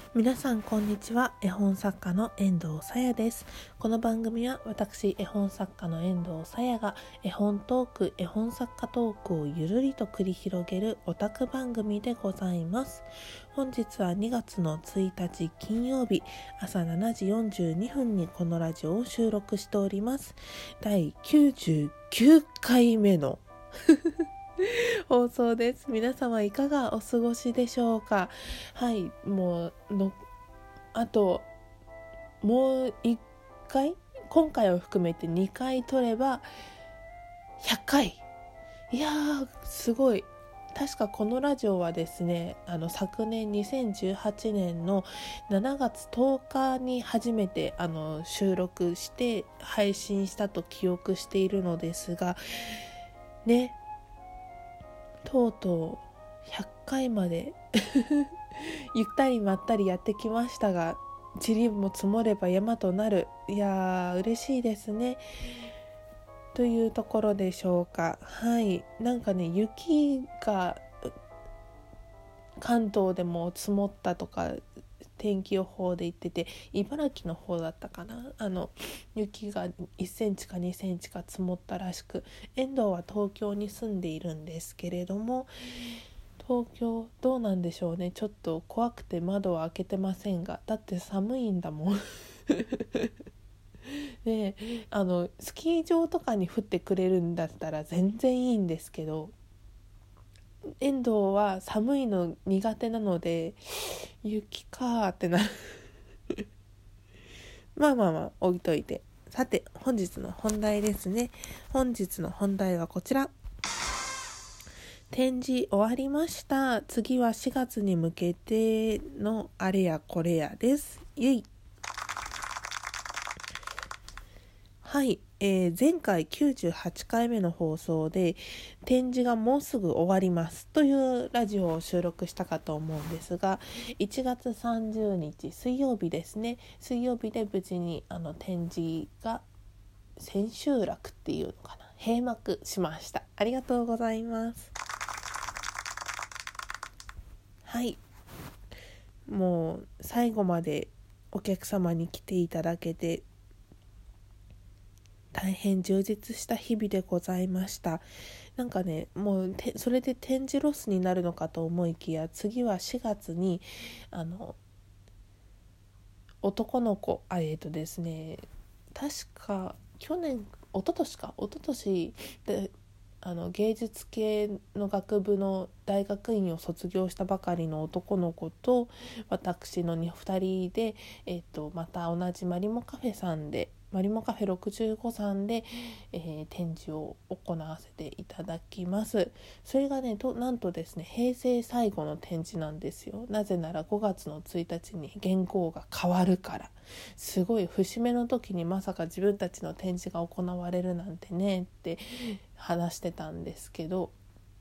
皆さんこんにちは。絵本作家の遠藤さやです。この番組は私絵本作家の遠藤さやが絵本トーク、絵本作家トークをゆるりと繰り広げるオタク番組でございます。本日は2月の1日金曜日朝7時42分にこのラジオを収録しております。第99回目の放送です。皆様いかがお過ごしでしょうか。はい、あともう1回、今回を含めて2回撮れば100回。いやーすごい。確かこのラジオはですね、昨年2018年の7月10日に初めて収録して配信したと記憶しているのですがね、とうとう100回までゆったりまったりやってきましたが、塵も積もれば山となる。いやー嬉しいですねというところでしょうか。はい、なんかね、雪が関東でも積もったとか天気予報で言ってて、茨城の方だったかな、雪が1センチか2センチか積もったらしく、遠藤は東京に住んでいるんですけれども、東京どうなんでしょうね。ちょっと怖くて窓は開けてませんが、だって寒いんだもんで、スキー場とかに降ってくれるんだったら全然いいんですけど、遠藤は寒いの苦手なので雪かーってなるまあ置いといて、さて本日の本題ですね。本日の本題はこちら。展示終わりました。次は4月に向けてのあれやこれやです。イエイ。はい、前回98回目の放送で展示がもうすぐ終わりますというラジオを収録したかと思うんですが、1月30日水曜日ですね。水曜日で無事に展示が千秋楽っていうのかな、閉幕しました。ありがとうございます。はい、もう最後までお客様に来ていただけて大変充実した日々でございました。なんかね、もうそれで展示ロスになるのかと思いきや、次は4月に男の子ですね、確か一昨年で芸術系の学部の大学院を卒業したばかりの男の子と私の2人で、また同じマリモカフェ65さんで、展示を行わせていただきます。それがね、なんとですね、平成最後の展示なんですよ。なぜなら5月の1日に原稿が変わるから。すごい節目の時にまさか自分たちの展示が行われるなんてねって話してたんですけど、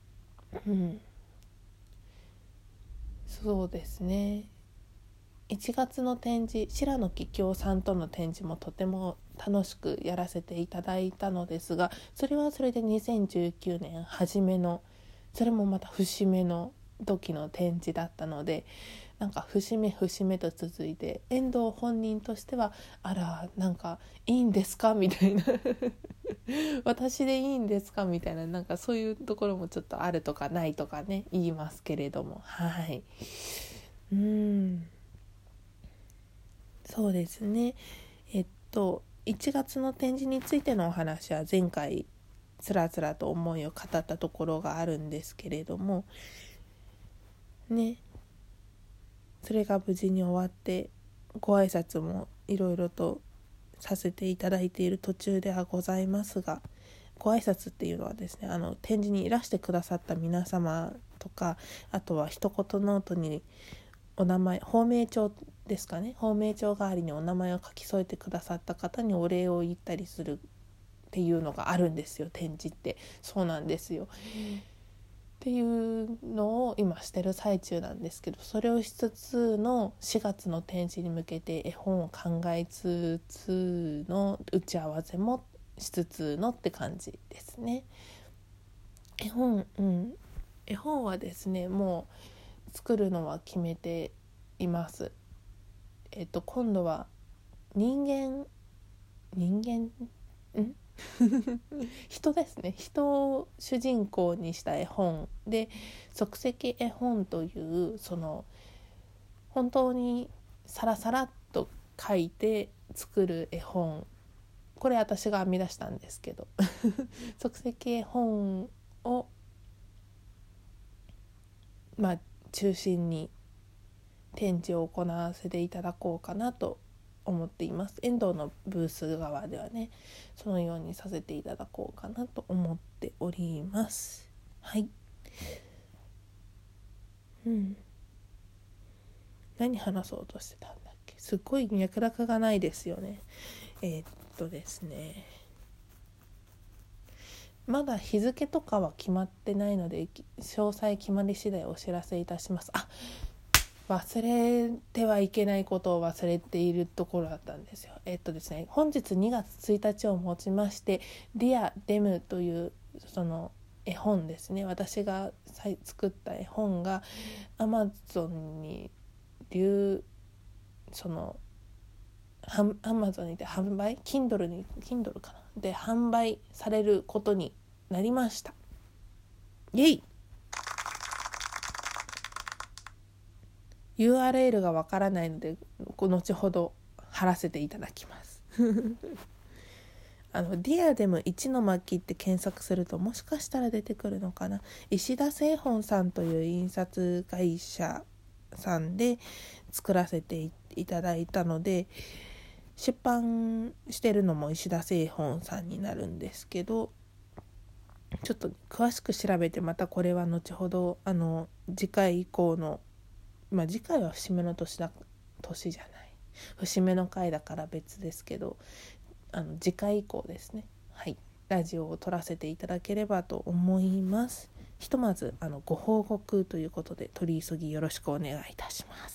そうですね。1月の展示、白野桔梗さんとの展示もとても楽しくやらせていただいたのですが、それはそれで2019年初めの、それもまた節目の時の展示だったので、なんか節目と続いて、遠藤本人としてはあら、なんかいいんですかみたいな私でいいんですかみたいな、なんかそういうところもちょっとあるとかないとかね、言いますけれども、はい、そうですね。1月の展示についてのお話は前回つらつらと思いを語ったところがあるんですけれどもね、それが無事に終わってご挨拶もいろいろとさせていただいている途中ではございますが、ご挨拶っていうのはですね、展示にいらしてくださった皆様とか、あとは一言ノートにお名前、芳名帳ですかね、芳名帳代わりにお名前を書き添えてくださった方にお礼を言ったりするっていうのがあるんですよ、展示って。そうなんですよっていうのを今してる最中なんですけど、それをしつつの4月の展示に向けて絵本を考えつつの打ち合わせもしつつのって感じですね。絵本はですね、もう作るのは決めています。 今度は人間人ですね。人を主人公にした絵本で、即席絵本というその本当にサラサラっと書いて作る絵本、これ私が編み出したんですけど即席絵本を中心に展示を行わせていただこうかなと思っています。遠藤のブース側ではね、そのようにさせていただこうかなと思っております。はい。何話そうとしてたんだっけ。すっごい脈絡がないですよね。ですね。まだ日付とかは決まってないので、詳細決まり次第お知らせいたします。忘れてはいけないことを忘れているところだったんですよ。ですね、本日2月1日をもちまして、Dear Dem というその絵本ですね。私が作った絵本が Amazon にAmazon にて販売、Kindle かなで販売されることになりました。イエイ。URL がわからないので後ほど貼らせていただきますDear Dem 1の巻って検索するともしかしたら出てくるのかな。石田製本さんという印刷会社さんで作らせていただいたので、出版してるのも石田製本さんになるんですけど、ちょっと詳しく調べて、またこれは後ほど次回以降の次回は節目の年じゃない節目の回だから別ですけど、次回以降ですね、はい、ラジオを撮らせていただければと思います。ひとまずご報告ということで取り急ぎよろしくお願いいたします。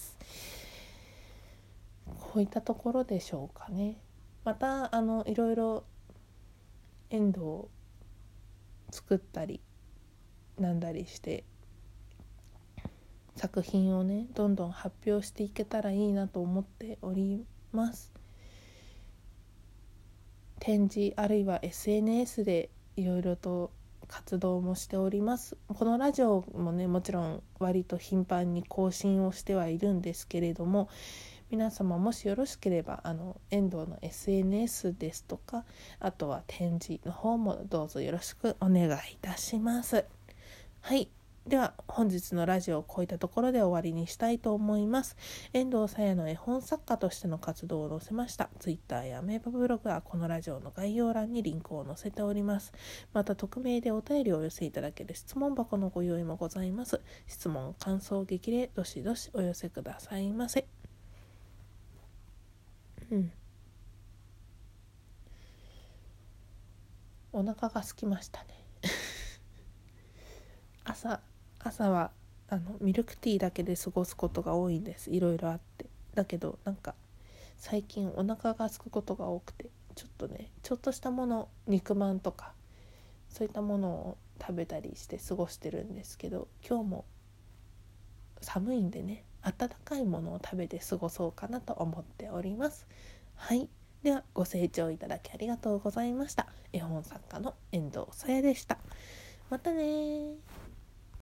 こういったところでしょうかね。またいろいろエンドを作ったりなんだりして作品をねどんどん発表していけたらいいなと思っております。展示あるいは SNS でいろいろと活動もしております。このラジオもねもちろん割と頻繁に更新をしてはいるんですけれども、皆様もしよろしければ遠藤の SNS ですとか、あとは展示の方もどうぞよろしくお願いいたします。はい、では本日のラジオをこういったところで終わりにしたいと思います。遠藤さやの絵本作家としての活動を載せました Twitter やアメーバブログはこのラジオの概要欄にリンクを載せております。また匿名でお便りをお寄せいただける質問箱のご用意もございます。質問、感想、激励どしどしお寄せくださいませ。お腹が空きましたね朝はミルクティーだけで過ごすことが多いんです。いろいろあって。だけど最近お腹が空くことが多くて、ちょっとしたもの、肉まんとかそういったものを食べたりして過ごしてるんですけど、今日も寒いんでね、温かいものを食べて過ごそうかなと思っております。はい、ではご清聴いただきありがとうございました。絵本作家の遠藤さやでした。またね。